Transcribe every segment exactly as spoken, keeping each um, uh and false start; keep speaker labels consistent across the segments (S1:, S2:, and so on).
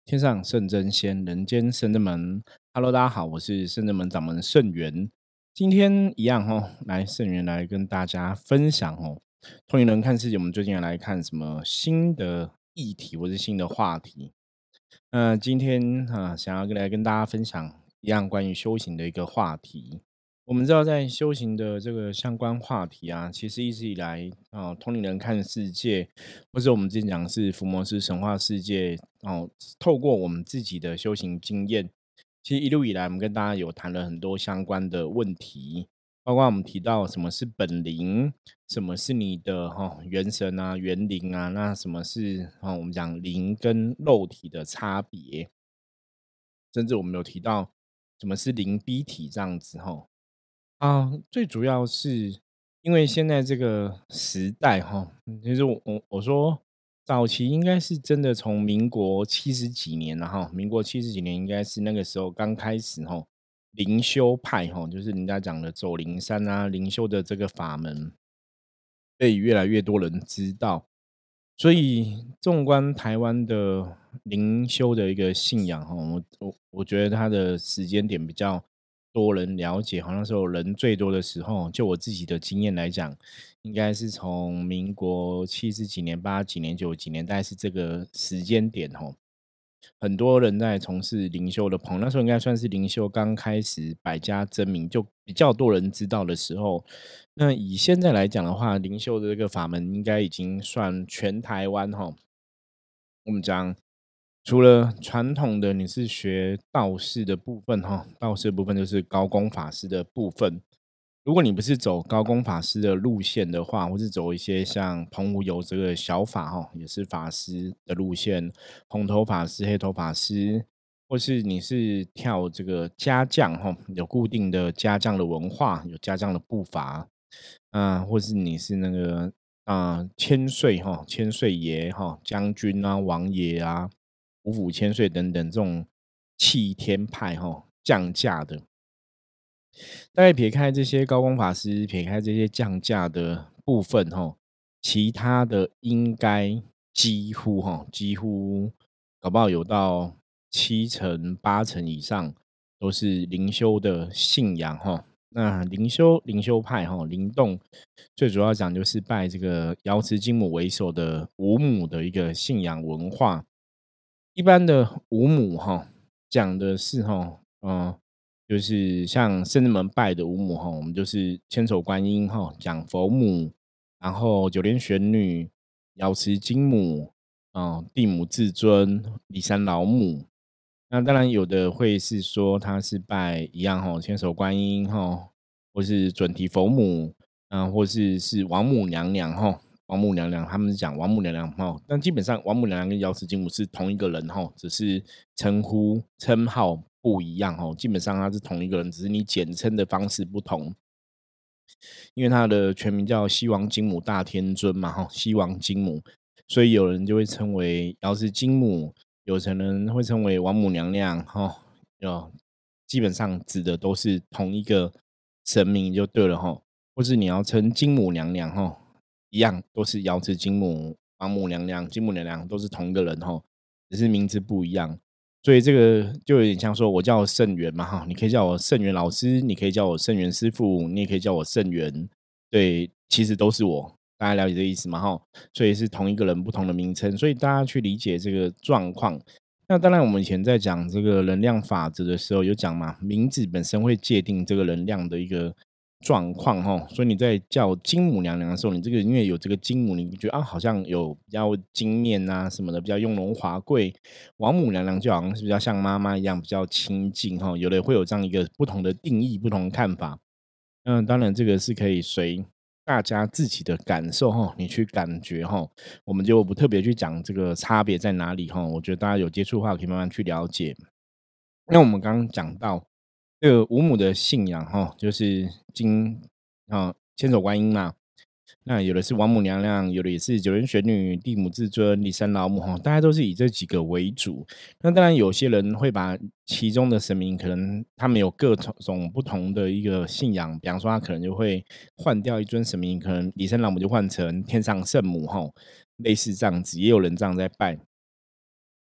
S1: 天上圣真仙，人间圣真门。Hello，大家好，我是圣真门掌门圣元。今天一样哦，来圣元来跟大家分享哦。通灵人看世界，我们最近要来看什么新的议题或是新的话题？那今天啊，想要跟来跟大家分享一样关于修行的一个话题。我们知道，在修行的这个相关话题啊，其实一直以来啊，通灵人看世界，或者我们之前讲的是伏魔斯神话世界哦，透过我们自己的修行经验，其实一路以来，我们跟大家有谈了很多相关的问题，包括我们提到什么是本灵，什么是你的哈、哦、元神啊、元灵啊，那什么是啊、哦、我们讲灵跟肉体的差别，甚至我们有提到什么是灵逼体这样子哈、哦。啊，最主要是因为现在这个时代哈，其实我我我说早期应该是真的从民国七十几年了哈，民国七十几年应该是那个时候刚开始哈，灵修派哈，就是人家讲的走灵山啊，灵修的这个法门被越来越多人知道，所以纵观台湾的灵修的一个信仰哈，我我我觉得它的时间点比较多人了解，好像时候人最多的时候，就我自己的经验来讲，应该是从民国七十几年、八几年、九几年，大概是这个时间点哦。很多人在从事灵修的朋友，那时候应该算是灵修刚开始百家争鸣，就比较多人知道的时候。那以现在来讲的话，灵修的这个法门应该已经算全台湾哈，我们讲除了传统的你是学道士的部分哈，道士的部分就是高公法师的部分。如果你不是走高公法师的路线的话，或是走一些像澎湖有这个小法哈，也是法师的路线，红头法师、黑头法师，或是你是跳这个家将哈，有固定的家将的文化，有家将的步伐，啊、或是你是那个啊，千岁哈，千岁爷哈，将军啊，王爷啊，五府千岁等等这种弃天派哈，降价的。大概撇开这些高光法师，撇开这些降价的部分哈，其他的应该几乎哈，几乎搞不好有到七成八成以上都是灵修的信仰哈。那灵修灵修派哈，灵动最主要讲就是拜这个瑶池金母为首的五母的一个信仰文化。一般的五母哈，讲的是哈，嗯、就是像圣人门拜的五母哈，我们就是千手观音哈，讲佛母，然后九莲玄女、瑶池金母、啊、地母至尊、骊山老母。那当然有的会是说他是拜一样哈，千手观音哈，或是准提佛母，啊、或是是王母娘娘哈，王母娘娘他们是讲王母娘娘哈，但基本上王母娘娘跟瑶池金母是同一个人哈，只是称呼称号不一样哈，基本上他是同一个人，只是你简称的方式不同。因为他的全名叫西王金母大天尊嘛哈，西王金母，所以有人就会称为瑶池金母，有层人会称为王母娘娘哈，哦，基本上指的都是同一个神明就对了哈，或是你要称金母娘娘哈，一样都是瑶池金母、王母娘娘、金母娘娘都是同一个人哈，只是名字不一样。所以这个就有点像说，我叫圣元嘛哈，你可以叫我圣元老师，你可以叫我圣元师傅，你也可以叫我圣元，对，其实都是我，大家了解这个意思吗？哈，所以是同一个人不同的名称，所以大家去理解这个状况。那当然，我们以前在讲这个能量法则的时候，有讲嘛，名字本身会界定这个能量的一个状况哈，所以你在叫金母娘娘的时候，你这个因为有这个金母，你觉得啊，好像有比较金面啊什么的，比较雍容华贵。王母娘娘就好像是比较像妈妈一样，比较亲近哈。有的会有这样一个不同的定义、不同的看法。嗯，当然这个是可以随大家自己的感受哈，你去感觉哈，我们就不特别去讲这个差别在哪里哈。我觉得大家有接触的话，可以慢慢去了解。那我们刚刚讲到这个五母的信仰哈，就是金啊千手观音嘛，那有的是王母娘娘，有的也是九天玄女、地母至尊、骊山老母哈，大家都是以这几个为主。那当然有些人会把其中的神明，可能他们有各种不同的一个信仰，比方说他可能就会换掉一尊神明，可能骊山老母就换成天上圣母哈，类似这样子，也有人这样在拜。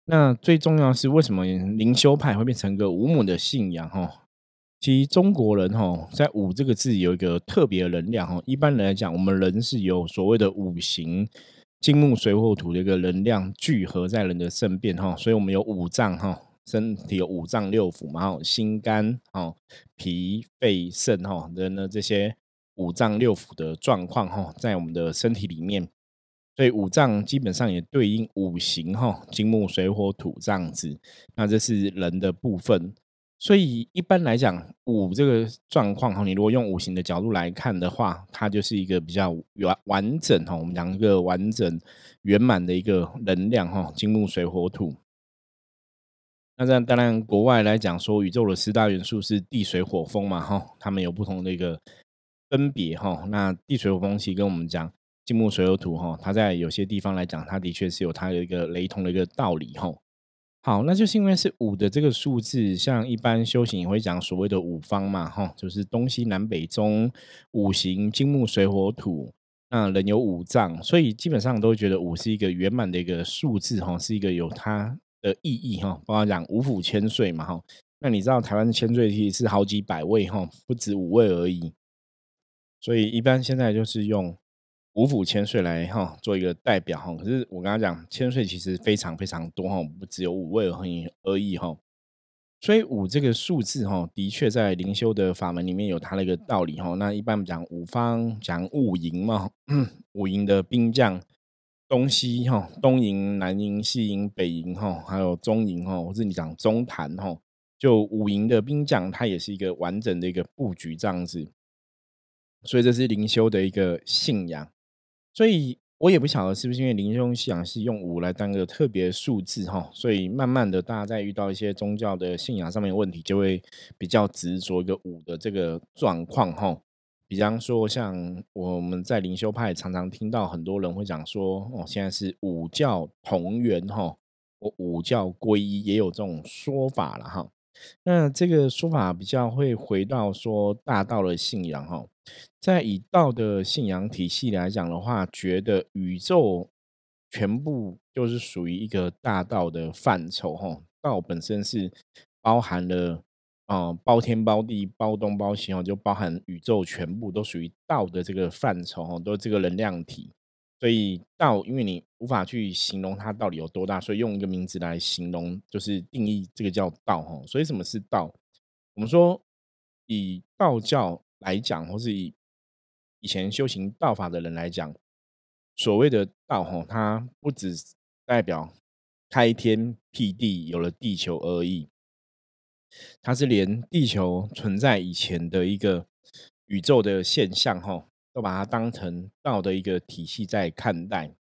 S1: 那最重要的是为什么灵修派会变成一个五母的信仰哈？其实中国人哈，在五这个字有一个特别的能量哈。一般人来讲，我们人是有所谓的五行金木水火土的一个能量聚合在人的身边哈，所以我们有五脏哈，身体有五脏六腑嘛，哈，心肝哈、脾肺肾哈的呢这些五脏六腑的状况哈，在我们的身体里面。所以五脏基本上也对应五行哈，金木水火土这样子，那这是人的部分。所以一般来讲，五这个状况哈，你如果用五行的角度来看的话，它就是一个比较完完整哈，我们讲一个完整圆满的一个能量哈，金木水火土。那这样当然国外来讲说，宇宙的四大元素是地水火风嘛哈，它们有不同的一个分别哈。那地水火风其实跟我们讲金木水火土哈，它在有些地方来讲，它的确是有它的一个雷同的一个道理哈。好，那就是因为是五的这个数字，像一般修行也会讲所谓的五方嘛哈，就是东西南北中五行金木水火土。那人有五脏，所以基本上都会觉得五是一个圆满的一个数字哈，是一个有它的意义哈。包括讲五府千岁嘛哈，那你知道台湾的千岁其实是好几百位哈，不止五位而已。所以一般现在就是用五府千岁来哈做一个代表哈。可是我刚刚讲千岁其实非常非常多哈，不只有五位而已而已哈。所以五这个数字哈，的确在灵修的法门里面有它的一个道理哈。那一般讲五方讲五营嘛，五营的兵将，东西哈，东营、南营、西营、北营哈，还有中营哈，或者你讲中坛哈，就五营的兵将，它也是一个完整的一个布局这样子。所以这是灵修的一个信仰。所以我也不晓得是不是因为灵修信仰是用五来当个特别数字哈，所以慢慢的大家在遇到一些宗教的信仰上面的问题，就会比较执着一个五的这个状况哈。比方说像我们在灵修派常常听到很多人会讲说，哦，现在是五教同源哈，我五教归一也有这种说法了哈。那这个说法比较会回到说大道的信仰哈，在以道的信仰体系来讲的话，觉得宇宙全部就是属于一个大道的范畴哈。道本身是包含了啊、包天包地包东包西哦，就包含宇宙全部都属于道的这个范畴哈，都是这个能量体。所以道，因为你无法去形容它到底有多大，所以用一个名字来形容，就是定义这个叫道哈。所以什么是道？我们说以道教来讲，或是以以前修行道法的人来讲，所谓的道哈，它不只代表开天辟地，有了地球而已，它是连地球存在以前的一个宇宙的现象哈，都把它当成道的一个体系在看待。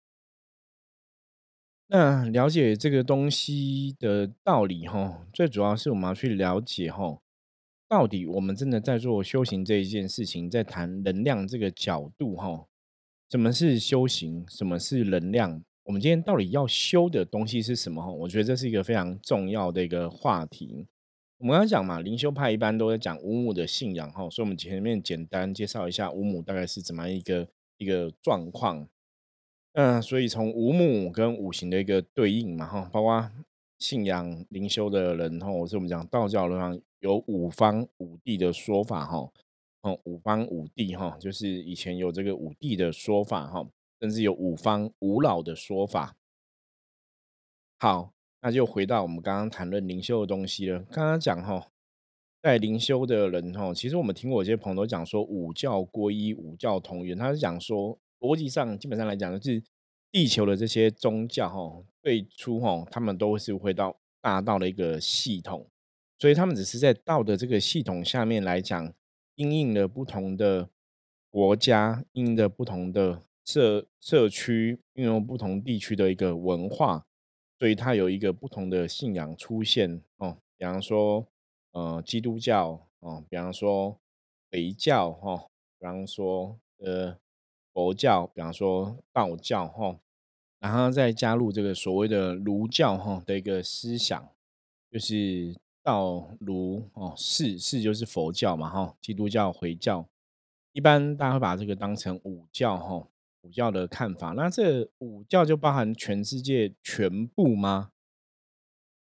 S1: 那了解这个东西的道理哈，最主要是我们要去了解哈，到底我们真的在做修行这一件事情，在谈能量这个角度哈，什么是修行，什么是能量？我们今天到底要修的东西是什么哈？我觉得这是一个非常重要的一个话题。我们刚刚讲嘛，灵修派一般都在讲五母的信仰哈，所以我们前面简单介绍一下五母大概是怎么样一个一个状况。嗯，所以从五母跟五行的一个对应嘛，哈，包括信仰灵修的人，哈，或是我们讲道教的话，有五方五帝的说法，哈，哦，五方五帝，哈，就是以前有这个五帝的说法，哈，甚至有五方五老的说法。好，那就回到我们刚刚谈论灵修的东西了。刚刚讲哈，在灵修的人哈，其实我们听过有些朋友都讲说五教归一、五教同源。他是讲说，逻辑上基本上来讲，就是地球的这些宗教哈，最初哈，他们都是回到大道的一个系统，所以他们只是在道的这个系统下面来讲，因应了不同的国家，因应的不同的社社区，运用不同地区的一个文化。所以它有一个不同的信仰出现哦，比方说，呃，基督教哦，比方说回教哈、比方说呃佛教，比方说道教哈、然后再加入这个所谓的儒教哈、的一个思想，就是道儒哦，释释就是佛教嘛哈、基督教、回教，一般大家会把这个当成五教哈、五教的看法。那这五教就包含全世界全部吗？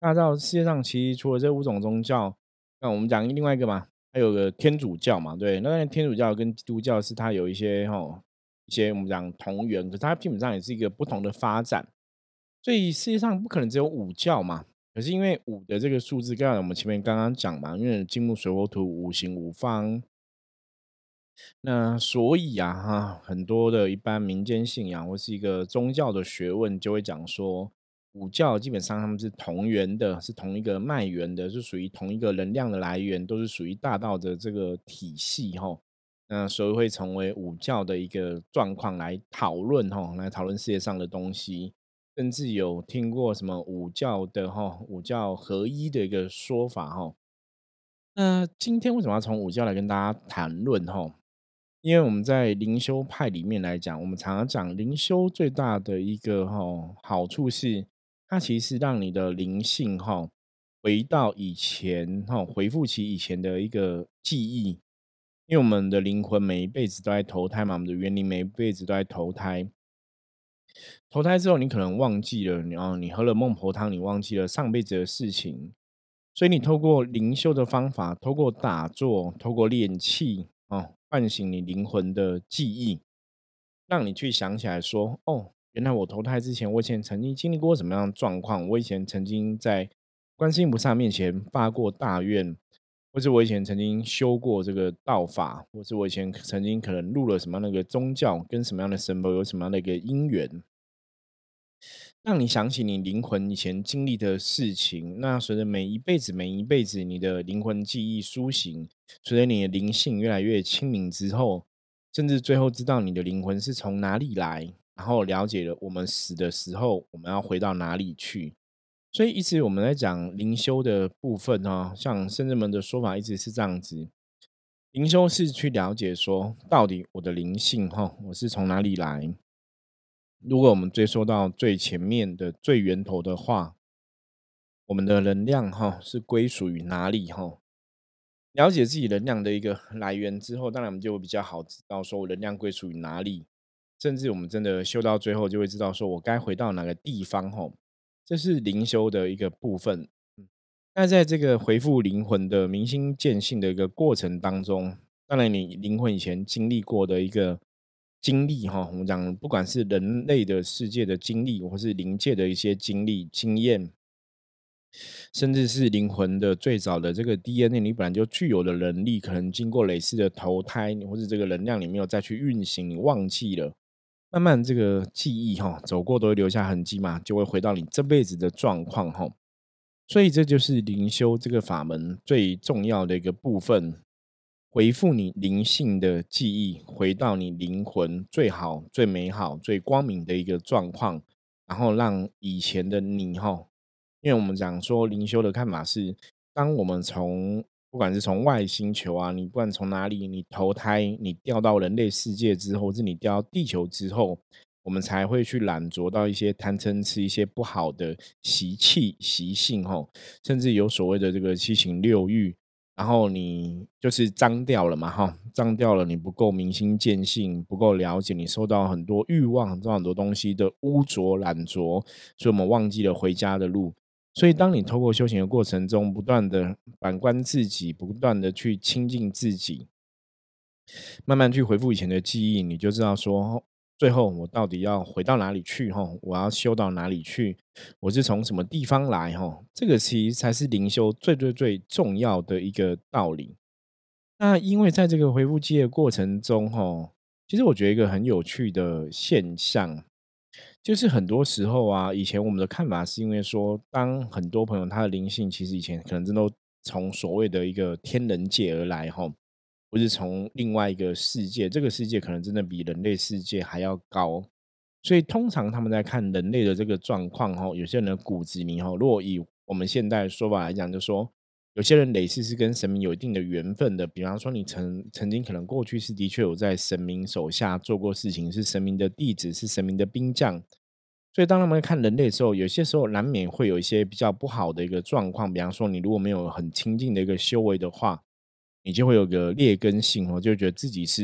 S1: 大家知道世界上其实除了这五种宗教，那我们讲另外一个嘛，还有个天主教嘛，对，那天主教跟基督教是它有一些哈一些我们讲同源，可是它基本上也是一个不同的发展。所以世界上不可能只有五教嘛，可是因为五的这个数字，刚才我们前面刚刚讲嘛，因为金木水火土五行五方，那所以啊，哈，很多的一般民间信仰或是一个宗教的学问，就会讲说，五教基本上他们是同源的，是同一个脉源的，是属于同一个能量的来源，都是属于大道的这个体系哈。那所以会成为五教的一个状况来讨论哈，来讨论世界上的东西，甚至有听过什么五教的哈，五教合一的一个说法哈。那今天为什么要从五教来跟大家谈论哈？因为我们在灵修派里面来讲，我们常常讲灵修最大的一个哈好处是，它其实是让你的灵性哈回到以前哈，回复起以前的一个记忆。因为我们的灵魂每一辈子都在投胎嘛，我们的元灵每一辈子都在投胎。投胎之后，你可能忘记了，然后你喝了孟婆汤，你忘记了上辈子的事情，所以你透过灵修的方法，透过打坐，透过练气，哦，唤醒你灵魂的记忆，让你去想起来说，哦，原来我投胎之前，我以前曾经经历过什么样的状况，我以前曾经在观世音菩萨面前发过大愿，或是我以前曾经修过这个道法，或是我以前曾经可能入了什么样的一个宗教，跟什么样的神佛有什么样的一个因缘，让你想起你灵魂以前经历的事情。那随着每一辈子、每一辈子，你的灵魂记忆苏醒，随着你的灵性越来越清明之后，甚至最后知道你的灵魂是从哪里来，然后了解了我们死的时候，我们要回到哪里去。所以一直我们在讲灵修的部分呢，像圣人们的说法一直是这样子：灵修是去了解说，到底我的灵性哈，我是从哪里来？如果我们追溯到最前面的最源头的话，我们的能量哈是归属于哪里哈？了解自己能量的一个来源之后，当然我们就会比较好知道说我能量归属于哪里，甚至我们真的修到最后，就会知道说我该回到哪个地方哈。这是灵修的一个部分。嗯那在这个回复灵魂的明心见性的一个过程当中，当然你灵魂以前经历过的一个经历哈，我们讲不管是人类的世界的经历，或是灵界的一些经历经验，甚至是灵魂的最早的这个 D N A，你本来就具有的能力，可能经过类似的投胎，或是这个能量你没有再去运行，你忘记了，慢慢这个记忆哈，走过都会留下痕迹嘛，就会回到你这辈子的状况哈。所以这就是灵修这个法门最重要的一个部分，回复你灵性的记忆，回到你灵魂最好、最美好、最光明的一个状况，然后让以前的你哈，因为我们讲说灵修的看法是，当我们从不管是从外星球啊，你不管从哪里，你投胎，你掉到人类世界之后，或是你掉到地球之后，我们才会去懒着到一些贪嗔痴一些不好的习气习性吼，甚至有所谓的这个七情六欲，然后你就是脏掉了嘛哈，脏掉了，你不够明心见性，不够了解，你受到很多欲望，受到很多东西的污浊懒浊，所以我们忘记了回家的路。所以，当你透过修行的过程中，不断的反观自己，不断的去亲近自己，慢慢去回复以前的记忆，你就知道说，最后我到底要回到哪里去哈？我要修到哪里去？我是从什么地方来哈？这个其实才是灵修最最最重要的一个道理。那因为在这个回复记忆的过程中哈，其实我觉得一个很有趣的现象，就是很多时候啊，以前我们的看法是因为说，当很多朋友他的灵性其实以前可能真的都从所谓的一个天人界而来哈，不是从另外一个世界，这个世界可能真的比人类世界还要高，所以通常他们在看人类的这个状况哈，有些人的骨子里哈，如果以我们现代的说法来讲，就说有些人类似是跟神明有一定的缘分的，比方说你曾曾经可能过去是的确有在神明手下做过事情，是神明的弟子，是神明的兵将。所以当他们看人类的时候，有些时候难免会有一些比较不好的一个状况，比方说你如果没有很亲近的一个修为的话，你就会有个劣根性哦，就觉得自己是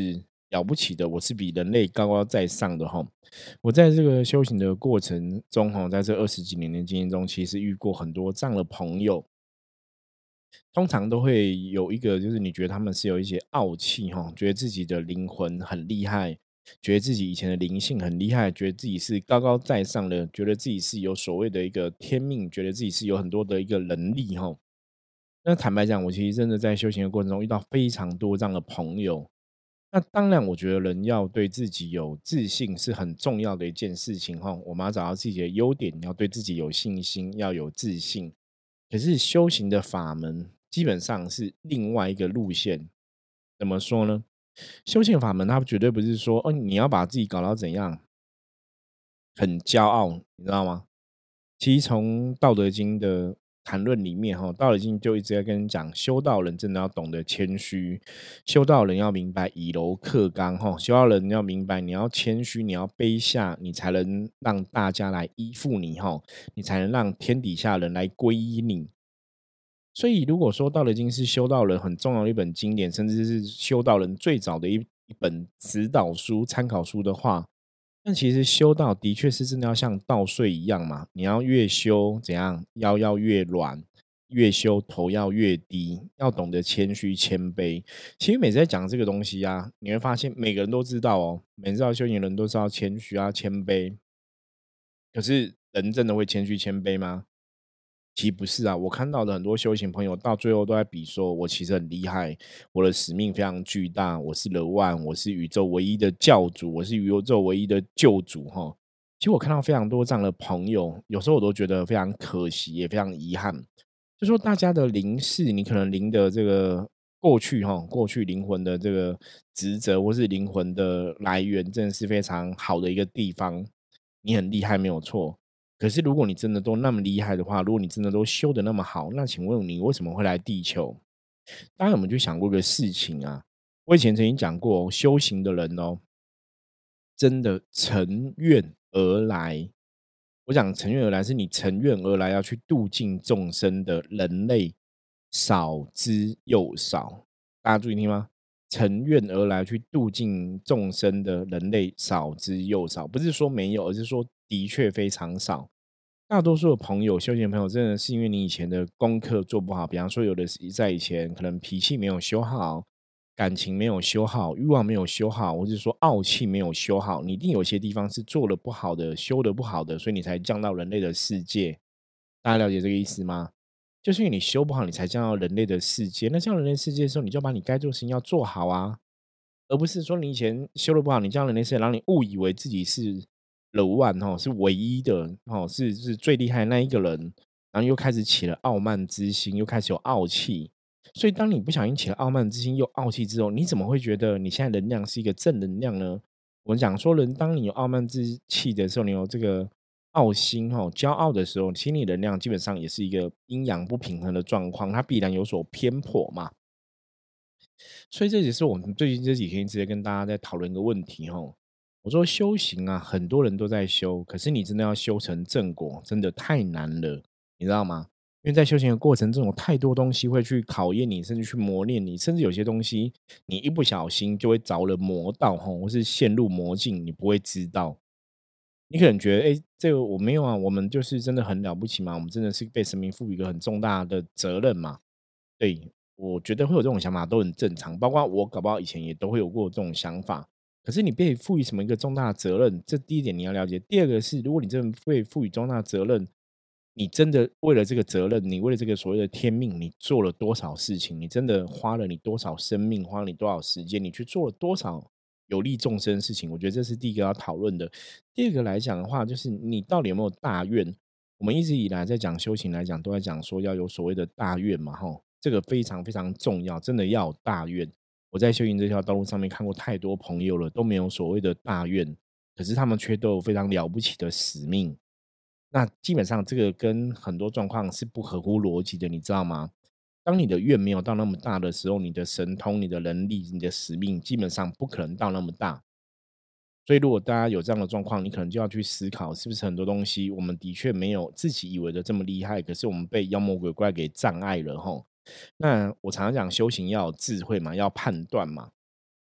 S1: 了不起的，我是比人类高高在上的哈。我在这个修行的过程中哈，在这二十几年的经验中，其实遇过很多这样的朋友，通常都会有一个，就是你觉得他们是有一些傲气哈，觉得自己的灵魂很厉害，觉得自己以前的灵性很厉害，觉得自己是高高在上的，觉得自己是有所谓的一个天命，觉得自己是有很多的一个能力哈。那坦白讲，我其实真的在修行的过程中遇到非常多这样的朋友。那当然，我觉得人要对自己有自信是很重要的一件事情哈。我们要找到自己的优点，要对自己有信心，要有自信。可是修行的法门基本上是另外一个路线。怎么说呢？修行法门它绝对不是说，哦，你要把自己搞到怎样很骄傲，你知道吗？其实从《道德经》的谈论里面，哈，《道德经》就一直在跟你讲，修道人真的要懂得谦虚，修道人要明白以柔克刚，哈，修道人要明白你要谦虚，你要卑下，你才能让大家来依附你，哈，你才能让天底下人来皈依你。所以，如果说《道德经》是修道人很重要的一本经典，甚至是修道人最早的一一本指导书、参考书的话，那其实修道的确是真的要像稻穗一样嘛，你要越修怎样，腰要越软，越修头要越低，要懂得谦虚谦卑。其实每次在讲这个东西啊，你会发现每个人都知道哦，每次要修行人都知道谦虚啊谦卑，可是人真的会谦虚谦卑吗？其实不是啊，我看到的很多修行朋友到最后都在比说，我其实很厉害，我的使命非常巨大，我是 The One，我是宇宙唯一的教主，我是宇宙唯一的救主哈。其实我看到非常多这样的朋友，有时候我都觉得非常可惜，也非常遗憾。就说大家的灵视，你可能灵的这个过去哈，过去灵魂的这个职责，或是灵魂的来源，真的是非常好的一个地方。你很厉害，没有错。可是如果你真的都那么厉害的话，如果你真的都修的那么好，那请问你为什么会来地球？当然，我们就想过一个事情啊，我以前曾经讲过哦，修行的人哦，真的乘愿而来。我讲乘愿而来，是你乘愿而来要去度尽众生的人类少之又少。大家注意听吗？乘愿而来去度尽众生的人类少之又少，不是说没有，而是说的确非常少。大多数的朋友，修行的朋友，真的是因为你以前的功课做不好，比方说有的是在以前可能脾气没有修好，感情没有修好，欲望没有修好，或者说傲气没有修好，你一定有些地方是做的不好的，修的不好的，所以你才降到人类的世界。大家了解这个意思吗？就是因为你修不好，你才降到人类的世界。那降到人类世界的时候，你就把你该做的事情要做好啊。而不是说你以前修的不好，你这样人类世界，让你误以为自己是 the one 哦，是唯一的哦，是是最厉害的那一个人，然后又开始起了傲慢之心，又开始有傲气。所以，当你不小心起了傲慢之心又傲气之后，你怎么会觉得你现在能量是一个正能量呢？我们讲说，人当你有傲慢之气的时候，你有这个傲心哦，骄傲的时候，心理能量基本上也是一个阴阳不平衡的状况，它必然有所偏颇嘛。所以这也是我们最近这几天一直在跟大家在讨论一个问题吼。我说修行啊，很多人都在修，可是你真的要修成正果，真的太难了，你知道吗？因为在修行的过程中，有太多东西会去考验你，甚至去磨练你，甚至有些东西你一不小心就会着了魔道吼，或是陷入魔境，你不会知道。你可能觉得，哎，这个我没有啊，我们就是真的很了不起嘛，我们真的是被神明赋予一个很重大的责任嘛。对，我觉得会有这种想法都很正常，包括我搞不好以前也都会有过这种想法。可是你被赋予什么一个重大的责任，这第一点你要了解。第二个是，如果你真的被赋予重大的责任，你真的为了这个责任，你为了这个所谓的天命，你做了多少事情？你真的花了你多少生命，花了你多少时间？你去做了多少有利众生的事情？我觉得这是第一个要讨论的。第二个来讲的话，就是你到底有没有大愿？我们一直以来在讲修行来讲，都在讲说要有所谓的大愿嘛，吼，这个非常非常重要，真的要有大愿。我在修行这条道路上面看过太多朋友了，都没有所谓的大愿，可是他们却都有非常了不起的使命。那基本上这个跟很多状况是不合乎逻辑的，你知道吗？当你的愿没有到那么大的时候，你的神通、你的能力、你的使命，基本上不可能到那么大。所以，如果大家有这样的状况，你可能就要去思考，是不是很多东西我们的确没有自己以为的这么厉害，可是我们被妖魔鬼怪给障碍了吼。那我常常讲，修行要有智慧嘛，要判断嘛。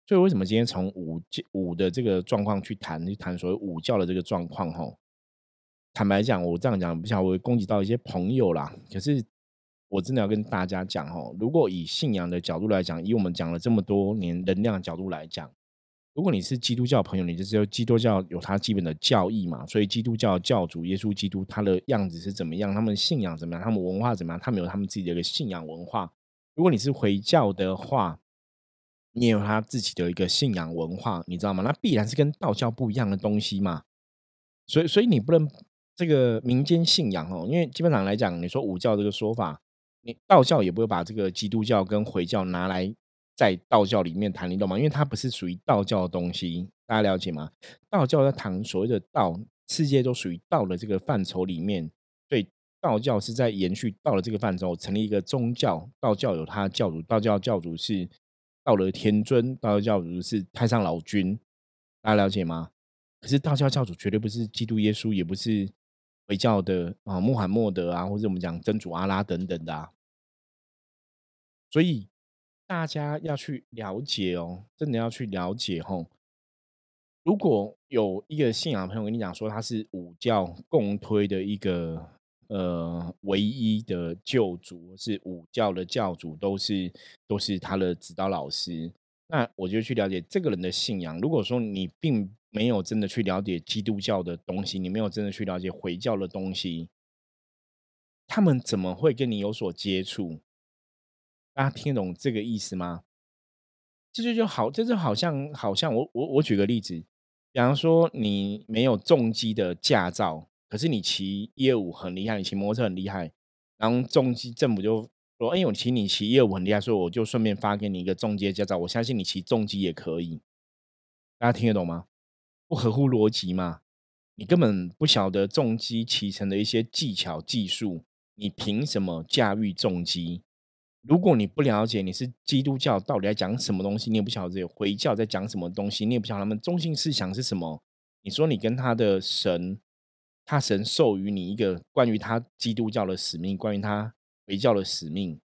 S1: 所以为什么今天从武教武的这个状况去谈，去谈所谓武教的这个状况吼，坦白讲，我这样讲不晓得我会攻击到一些朋友啦。可是我真的要跟大家讲吼，如果以信仰的角度来讲，以我们讲了这么多年能量的角度来讲，如果你是基督教朋友，你就知道基督教有它基本的教义嘛，所以基督教教主耶稣基督他的样子是怎么样，他们信仰怎么样，他们文化怎么样，他们有他们自己的一个信仰文化。如果你是回教的话，你也有他自己的一个信仰文化，你知道吗？那必然是跟道教不一样的东西嘛。所以，所以你不能这个民间信仰哦，因为基本上来讲，你说武教这个说法，你道教也不会把这个基督教跟回教拿来在道教里面谈，你懂吗？因为它不是属于道教的东西，大家了解吗？道教在谈所谓的道，世界都属于道的这个范畴里面，所以道教是在延续道的这个范畴，成立一个宗教。道教有他的教主，道教教主是道德天尊，道教教主是太上老君，大家了解吗？可是道教教主绝对不是基督耶稣，也不是回教的啊穆罕默德啊，或者我们讲真主阿拉等等的啊。所以大家要去了解哦，真的要去了解哦。如果有一个信仰的朋友跟你讲说他是武教共推的一个呃唯一的救主，是武教的教主，都是都是他的指导老师，那我就去了解这个人的信仰。如果说你并没有真的去了解基督教的东西，你没有真的去了解回教的东西，他们怎么会跟你有所接触？大家听得懂这个意思吗？这就就好，这就好像好像我我我举个例子，比方说你没有重机的驾照，可是你骑一二五很厉害，你骑摩托车很厉害，然后重机政府就说：“哎，我骑你骑一二五很厉害，所以我就顺便发给你一个重机的驾照。”我相信你骑重机也可以，大家听得懂吗？不合乎逻辑嘛？你根本不晓得重机骑乘的一些技巧技术，你凭什么驾驭重机？如果你不了解你是基督教到底在讲什么东西，你也不晓得回教在讲什么东西，你也不晓得他们中心思想是什么。你说你跟他的神，他神授予你一个关于他基督教的使命，关于他回教的使命，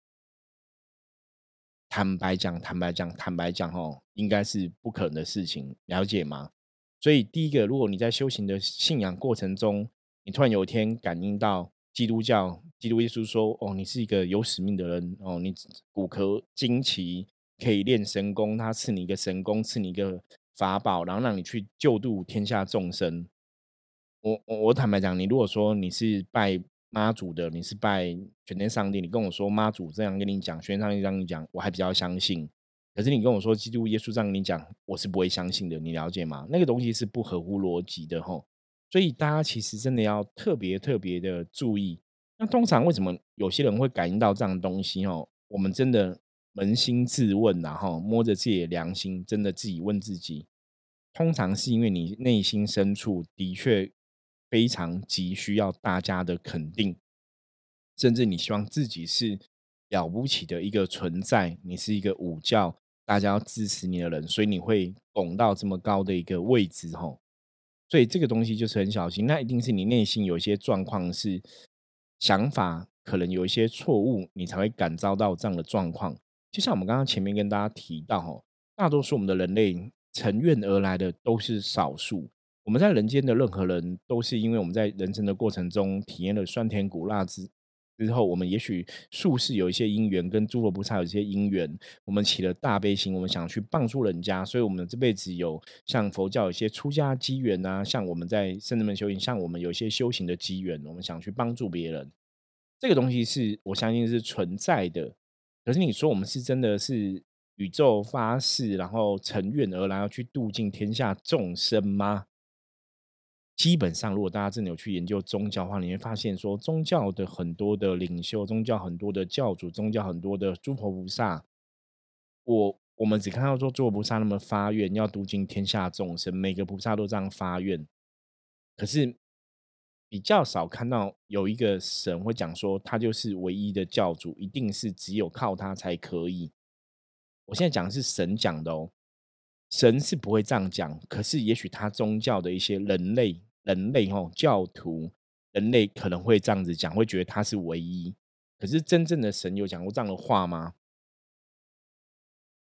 S1: 坦白讲，坦白讲，坦白讲，哦，应该是不可能的事情，了解吗？所以，第一个，如果你在修行的信仰过程中，你突然有一天感应到基督教、基督耶稣说：“哦，你是一个有使命的人，哦，你骨骼惊奇，可以练神功，他赐你一个神功，赐你一个法宝，然后让你去救度天下众生。”我我我坦白讲，你如果说你是拜妈祖的，你是拜全天上帝，你跟我说妈祖这样跟你讲，全天上帝这样跟你讲，我还比较相信。可是你跟我说基督耶稣这样跟你讲，我是不会相信的，你了解吗？那个东西是不合乎逻辑的吼。所以大家其实真的要特别特别的注意。那通常为什么有些人会感应到这样的东西哦？我们真的扪心自问然后摸着自己的良心，真的自己问自己，通常是因为你内心深处的确非常急需要大家的肯定，甚至你希望自己是了不起的一个存在，你是一个武教，大家要支持你的人，所以你会拱到这么高的一个位置吼。所以这个东西就是很小心，那一定是你内心有一些状况是想法可能有一些错误，你才会感召到这样的状况。就像我们刚刚前面跟大家提到吼，大多数我们的人类乘愿而来的都是少数。我们在人间的任何人，都是因为我们在人生的过程中体验了酸甜苦辣之之后，我们也许术士有一些因缘，跟诸佛菩萨有一些因缘，我们起了大悲心，我们想去帮助人家，所以我们这辈子有像佛教有一些出家机缘啊，像我们在圣人门修行，像我们有一些修行的机缘，我们想去帮助别人，这个东西是我相信是存在的。可是你说我们是真的是宇宙发誓，然后乘愿而来要去度尽天下众生吗？基本上，如果大家真的有去研究宗教的话，你会发现说，宗教的很多的领袖，宗教很多的教主，宗教很多的诸佛菩萨，我我们只看到说诸佛菩萨那么发愿要度尽天下众生，每个菩萨都这样发愿，可是比较少看到有一个神会讲说，他就是唯一的教主，一定是只有靠他才可以。我现在讲的是神讲的哦，神是不会这样讲，可是也许他宗教的一些人类人类哦教徒，人类可能会这样子讲，会觉得他是唯一。可是真正的神有讲过这样的话吗？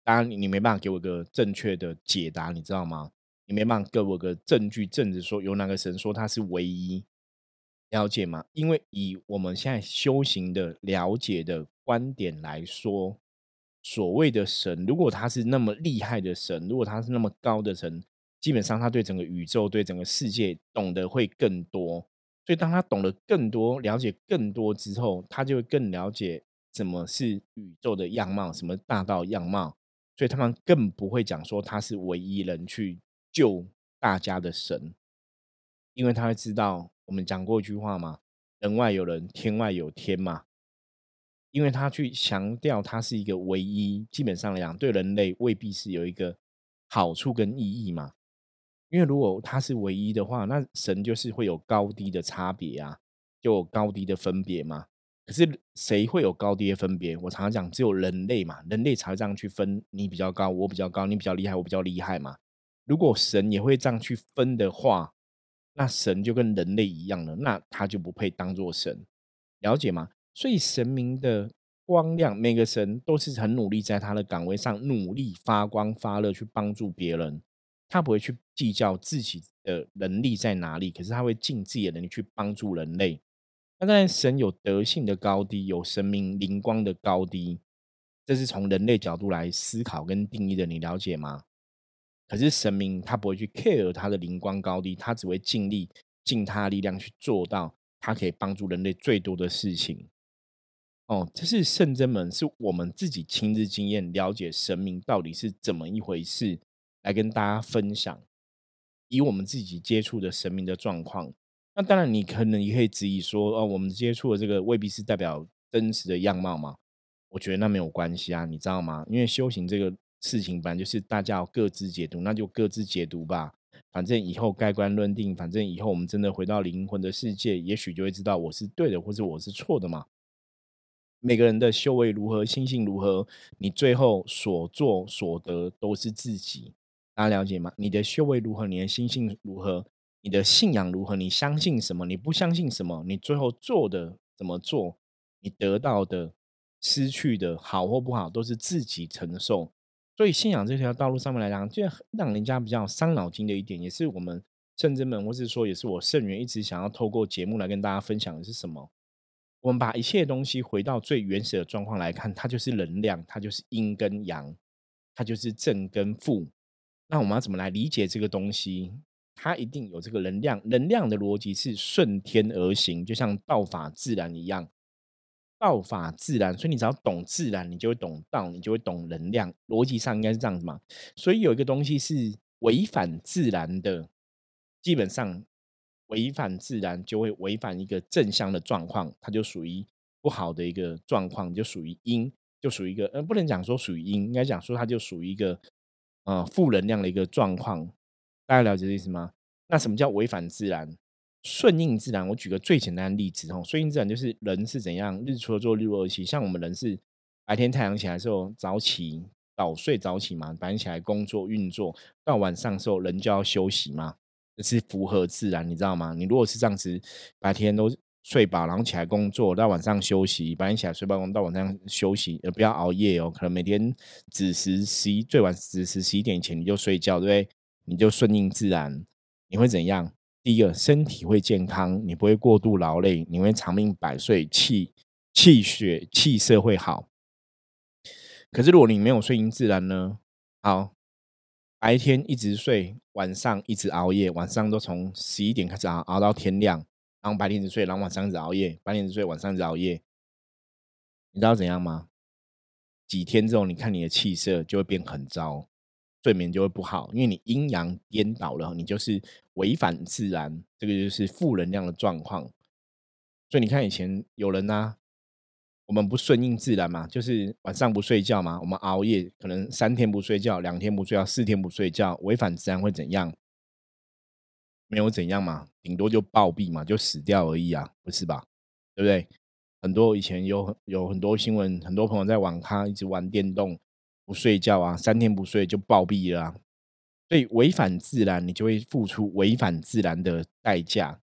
S1: 当然你你没办法给我一个正确的解答，你知道吗？你没办法给我个证据证实说有哪个神说他是唯一，了解吗？因为以我们现在修行的了解的观点来说，所谓的神，如果他是那么厉害的神，如果他是那么高的神，基本上他对整个宇宙、对整个世界懂得会更多。所以当他懂得更多、了解更多之后，他就会更了解什么是宇宙的样貌，什么大道样貌。所以他们更不会讲说他是唯一人去救大家的神，因为他会知道我们讲过一句话嘛，人外有人，天外有天嘛。因为他去强调他是一个唯一，基本上来讲对人类未必是有一个好处跟意义嘛。因为如果他是唯一的话，那神就是会有高低的差别啊，就有高低的分别嘛。可是谁会有高低的分别？我常常讲，只有人类嘛，人类才会这样去分，你比较高，我比较高，你比较厉害，我比较厉害嘛。如果神也会这样去分的话，那神就跟人类一样了，那他就不配当做神，了解吗？所以神明的光亮，每个神都是很努力在他的岗位上努力发光发热，去帮助别人。他不会去计较自己的能力在哪里，可是他会尽自己的能力去帮助人类。那当然，神有德性的高低，有神明灵光的高低，这是从人类角度来思考跟定义的，你了解吗？可是神明他不会去 care 他的灵光高低，他只会尽力尽他的力量去做到他可以帮助人类最多的事情。哦，这是圣真门，是我们自己亲自经验了解神明到底是怎么一回事，来跟大家分享。以我们自己接触的神明的状况，那当然你可能也可以质疑说，哦，我们接触的这个未必是代表真实的样貌嘛？我觉得那没有关系啊，你知道吗？因为修行这个事情，本来就是大家要各自解读，那就各自解读吧。反正以后盖棺论定，反正以后我们真的回到灵魂的世界，也许就会知道我是对的，或者我是错的嘛。每个人的修为如何，心性如何，你最后所做所得都是自己。大家了解吗？你的修为如何，你的心性如何，你的信仰如何，你相信什么，你不相信什么，你最后做的怎么做，你得到的、失去的好或不好，都是自己承受。所以信仰这条道路上面来讲，就让人家比较伤脑筋的一点，也是我们圣真门，或是说也是我圣元一直想要透过节目来跟大家分享的是什么？我们把一切东西回到最原始的状况来看，它就是能量，它就是阴跟阳，它就是正跟负。那我们要怎么来理解这个东西？它一定有这个能量，能量的逻辑是顺天而行，就像道法自然一样。道法自然，所以你只要懂自然，你就会懂道，你就会懂能量。逻辑上应该是这样子嘛。所以有一个东西是违反自然的，基本上违反自然就会违反一个正向的状况，它就属于不好的一个状况，就属于阴，就属于一个呃，不能讲说属于阴，应该讲说它就属于一个呃负能量的一个状况。大家了解这意思吗？那什么叫违反自然？顺应自然，我举个最简单的例子哦，顺应自然就是人是怎样，日出而作，日落而息。像我们人是白天太阳起来的时候早起、早睡早起嘛，白天起来工作运作，到晚上的时候人就要休息嘛，这是符合自然，你知道吗？你如果是这样子，白天都睡饱，然后起来工作，到晚上休息，白天起来睡饱，到晚上休息，呃，不要熬夜哦，可能每天子时十一最晚子时十一点以前你就睡觉，对不对？你就顺应自然，你会怎样？第一个，身体会健康，你不会过度劳累，你会长命百岁，气气血气色会好。可是如果你没有顺应自然呢？好，白天一直睡，晚上一直熬夜，晚上都从十一点开始熬熬到天亮，然后白天一直睡，然后晚上一直熬夜，白天一直睡，晚上一直熬夜，你知道怎样吗？几天之后，你看你的气色就会变很糟，睡眠就会不好，因为你阴阳颠倒了，你就是违反自然，这个就是负能量的状况。所以你看以前有人啊，我们不顺应自然嘛，就是晚上不睡觉嘛，我们熬夜，可能三天不睡觉，两天不睡觉，四天不睡觉，违反自然会怎样？没有怎样嘛，顶多就暴毙嘛，就死掉而已啊，不是吧？对不对？很多以前有有很多新闻，很多朋友在网咖一直玩电动，不睡觉啊，三天不睡就暴毙了啊。所以违反自然，你就会付出违反自然的代价。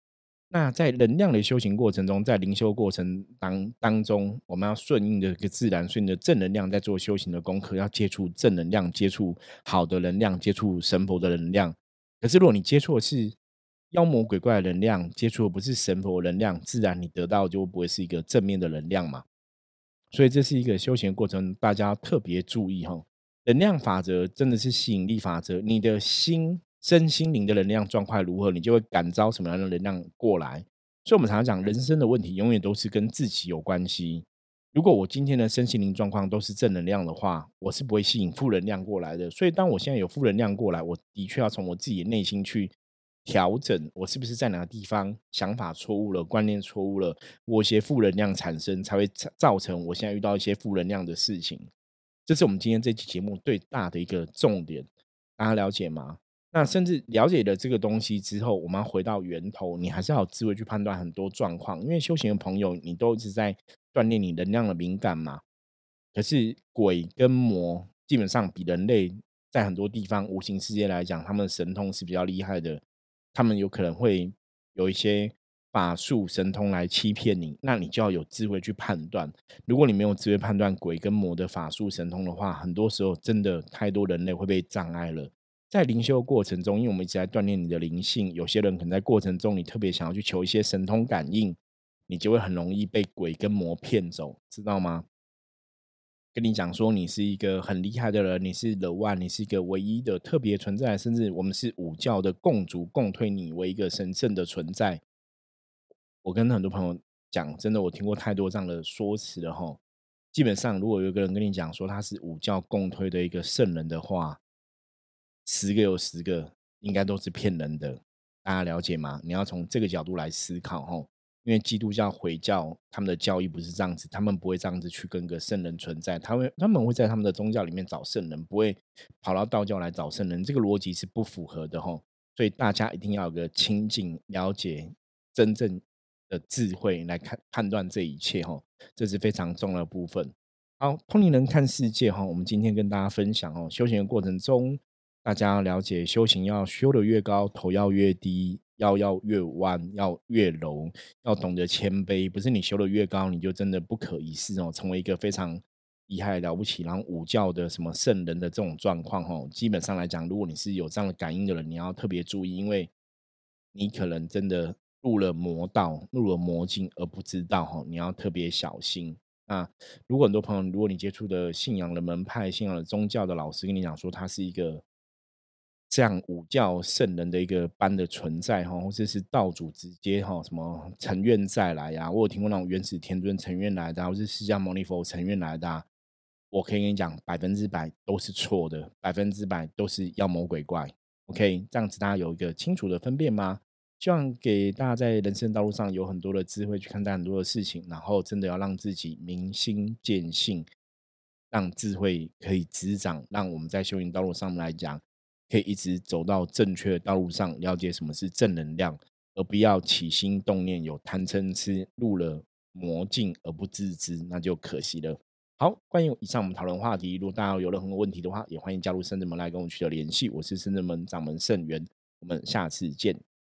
S1: 那在能量的修行过程中，在灵修过程当当中，我们要顺应的一个自然，顺应的正能量，在做修行的功课，要接触正能量，接触好的能量，接触神佛的能量。可是如果你接触的是妖魔鬼怪的能量，接触的不是神佛的能量，自然你得到就不会是一个正面的能量嘛。所以这是一个修行的过程，大家要特别注意哈。能量法则真的是吸引力法则，你的心身心灵的能量状况如何，你就会感召什么样的能量过来。所以我们常常讲，人生的问题永远都是跟自己有关系。如果我今天的身心灵状况都是正能量的话，我是不会吸引负能量过来的。所以当我现在有负能量过来，我的确要从我自己的内心去调整，我是不是在哪个地方想法错误了，观念错误了，我有一些负能量产生，才会造造成我现在遇到一些负能量的事情。这是我们今天这期节目最大的一个重点，大家了解吗？那甚至了解了这个东西之后，我们要回到源头，你还是要有智慧去判断很多状况。因为修行的朋友，你都一直在锻炼你能量的敏感嘛。可是鬼跟魔基本上比人类在很多地方无形世界来讲，他们的神通是比较厉害的，他们有可能会有一些法术神通来欺骗你，那你就要有智慧去判断。如果你没有智慧判断鬼跟魔的法术神通的话，很多时候真的太多人类会被障碍了。在灵修过程中，因为我们一直在锻炼你的灵性，有些人可能在过程中，你特别想要去求一些神通感应，你就会很容易被鬼跟魔骗走，知道吗？跟你讲说你是一个很厉害的人，你是 the one， 你是一个唯一的特别存在，甚至我们是五教的共主共推你为一个神圣的存在。我跟很多朋友讲，真的我听过太多这样的说辞了哈。基本上，如果有一个人跟你讲说他是五教共推的一个圣人的话，十个有十个应该都是骗人的，大家了解吗？你要从这个角度来思考哈。因为基督教、回教他们的教义不是这样子，他们不会这样子去跟个圣人存在，他们他们会在他们的宗教里面找圣人，不会跑到道教来找圣人，这个逻辑是不符合的哈。所以大家一定要有个亲近、了解真正的智慧来看判断这一切哈，这是非常重要的部分。好，通灵人看世界哈，我们今天跟大家分享哦，修行的过程中，大家要了解修行要修得越高，头要越低，腰要越弯，要越柔，要懂得谦卑。不是你修得越高，你就真的不可一世哦，成为一个非常厉害了不起，然后武教的什么圣人的这种状况哦。基本上来讲，如果你是有这样的感应的人，你要特别注意，因为你可能真的入了魔道，入了魔境而不知道哈，你要特别小心。那如果很多朋友，如果你接触的信仰的门派、信仰的宗教的老师跟你讲说，他是一个这样五教圣人的一个般的存在哈，或者是道主直接哈什么成愿再来呀、啊，我有听过那种元始天尊成愿来的、啊，或是释迦牟尼佛成愿来的、啊，我可以跟你讲，百分之百都是错的，百分之百都是妖魔鬼怪。OK，这样子大家有一个清楚的分辨吗？希望给大家在人生道路上有很多的智慧去看待很多的事情，然后真的要让自己明心见性，让智慧可以滋长，让我们在修行道路上来讲，可以一直走到正确的道路上，了解什么是正能量，而不要起心动念有贪嗔痴，入了魔境而不自知，那就可惜了。好，关于以上我们讨论话题，如果大家有任何问题的话，也欢迎加入圣人门来跟我取得联系。我是圣人门掌门圣元，我们下次见。